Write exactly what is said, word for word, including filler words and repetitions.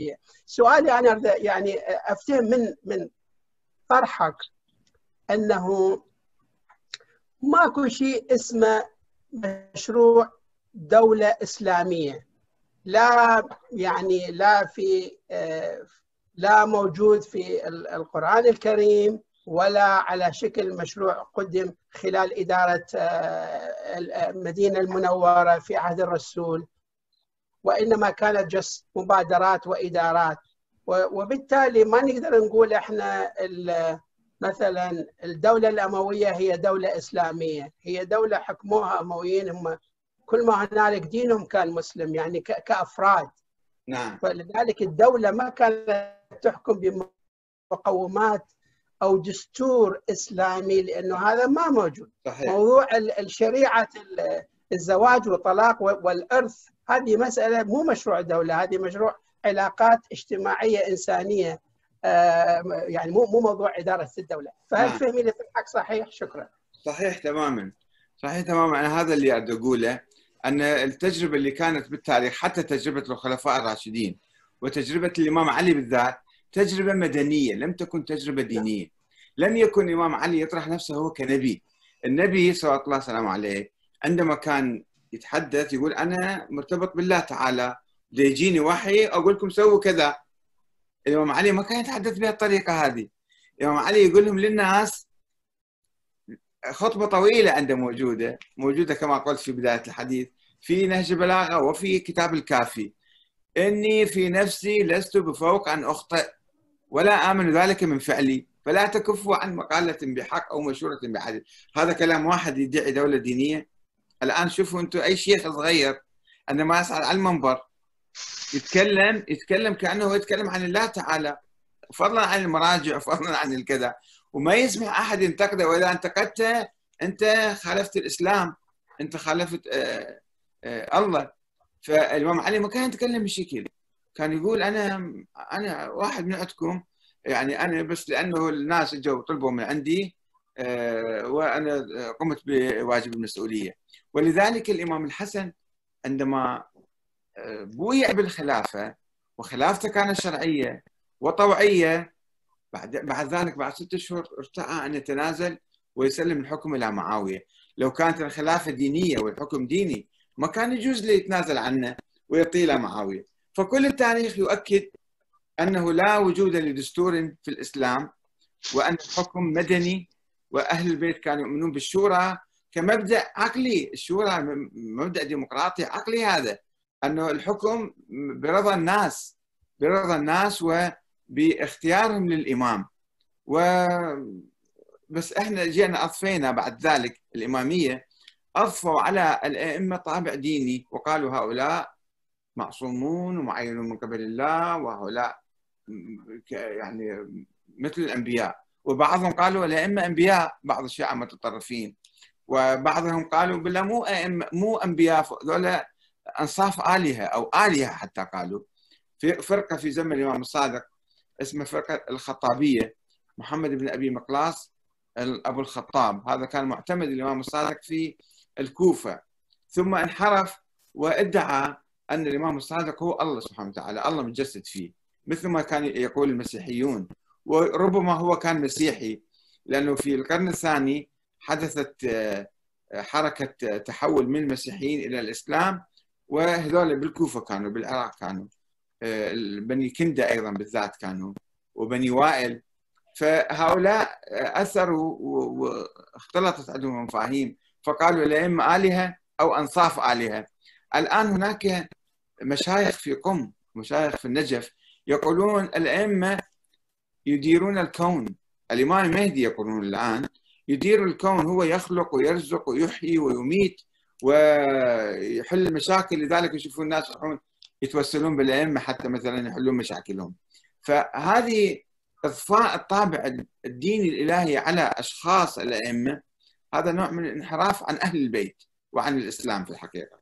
سؤالي أنا يعني أفتهم من من طرحك أنه ماكو شيء اسمه مشروع دولة إسلامية، لا يعني لا في لا موجود في القرآن الكريم ولا على شكل مشروع قدم خلال إدارة المدينة المنورة في عهد الرسول، وإنما كانت جس مبادرات وإدارات. وبالتالي ما نقدر نقول إحنا مثلا الدولة الأموية هي دولة إسلامية، هي دولة حكموها أمويين، هم كل ما هنالك دينهم كان مسلم يعني كأفراد. نعم. فلذلك الدولة ما كانت تحكم بمقومات أو دستور إسلامي، لأنه هذا ما موجود. صحيح. موضوع الشريعة الزواج والطلاق والإرث هذه مسألة مو مشروع دولة، هذه مشروع علاقات اجتماعية إنسانية، يعني مو مو موضوع إدارة الدولة. فهل نعم. فهمي لي في الحق صحيح؟ شكرا. صحيح تماما، صحيح تماما. أنا هذا اللي أريد أقوله، أن التجربة اللي كانت بالتاريخ، حتى تجربة الخلفاء الراشدين وتجربة الإمام علي بالذات، تجربة مدنية، لم تكن تجربة دينية. لم يكن الإمام علي يطرح نفسه هو كنبي. النبي صلى الله عليه وسلم عندما كان يتحدث يقول أنا مرتبط بالله تعالى، يجيني وحي أقول لكم سووا كذا. الإمام علي ما كان يتحدث بهالطريقة هذه. الإمام علي يقول لهم للناس خطبة طويلة عنده موجودة موجودة كما قلت في بداية الحديث في نهج البلاغة وفي كتاب الكافي: إني في نفسي لست بفوق أن أخطئ ولا آمن ذلك من فعلي، فلا تكفوا عن مقالة بحق أو مشورة بحديث. هذا كلام واحد يدعي دولة دينية. الآن شوفوا أنتم أي شيخ صغير عندما يصعد على المنبر يتكلم يتكلم كأنه يتكلم عن الله تعالى، فضلا عن المراجع وفضلا عن الكذا، وما يسمح أحد ينتقده. وإذا انتقدته أنت خالفت الإسلام، أنت خالفت آآ آآ الله. فالإمام علي ما كان يتكلم بشكل، كان يقول أنا أنا واحد من عندكم، يعني أنا بس لأنه الناس اجوا طلبوا من عندي وأنا قمت بواجب المسؤولية. ولذلك الإمام الحسن عندما بويع بالخلافة، وخلافته كانت شرعية وطوعية، بعد بعد ذلك بعد ستة أشهر ارتأى أن يتنازل ويسلم الحكم إلى معاوية. لو كانت الخلافة دينية والحكم ديني ما كان يجوز له يتنازل عنه ويعطيه إلى معاوية. فكل التاريخ يؤكد أنه لا وجود لدستور في الإسلام، وأن الحكم مدني، وأهل البيت كانوا يؤمنون بالشورى كمبدأ عقلي. الشورى مبدأ ديمقراطي عقلي، هذا أنه الحكم برضا الناس، برضا الناس وباختيارهم للإمام. و بس احنا جينا أضفينا بعد ذلك الإمامية، أضفوا على الأئمة طابع ديني وقالوا هؤلاء معصومون ومعينون من قبل الله، وهؤلاء يعني مثل الأنبياء. وبعضهم قالوا الأئمة أنبياء، بعض الشيعة المتطرفين، وبعضهم قالوا بالله مو أئمة مو أنبياء، ذولا أنصاف آلهة أو آلهة حتى. قالوا في فرقة في زمن الإمام الصادق اسمها فرقة الخطابية، محمد بن أبي مقلاص أبو الخطاب، هذا كان معتمد الإمام الصادق في الكوفة، ثم انحرف وادعى أن الإمام الصادق هو الله سبحانه وتعالى، الله متجسد فيه، مثل ما كان يقول المسيحيون. وربما هو كان مسيحي، لأنه في القرن الثاني حدثت حركة تحول من المسيحيين إلى الإسلام، وهذول بالكوفة كانوا، بالعراق كانوا، بني كندة أيضا بالذات كانوا، وبني وائل. فهؤلاء أثروا واختلطت عندهم مفاهيم، فقالوا الأئمة آلهة أو أنصاف آلهة. الآن هناك مشايخ في قم، مشايخ في النجف، يقولون الأئمة يديرون الكون. الإمام المهدي يقولون الآن يدير الكون، هو يخلق ويرزق ويحيي ويميت ويحل المشاكل، لذلك يشوفون الناس يروحون يتوسلون بالأئمة حتى مثلا يحلون مشاكلهم. فهذه إضفاء الطابع الديني الإلهي على أشخاص الأئمة، هذا نوع من الانحراف عن أهل البيت وعن الإسلام في الحقيقة.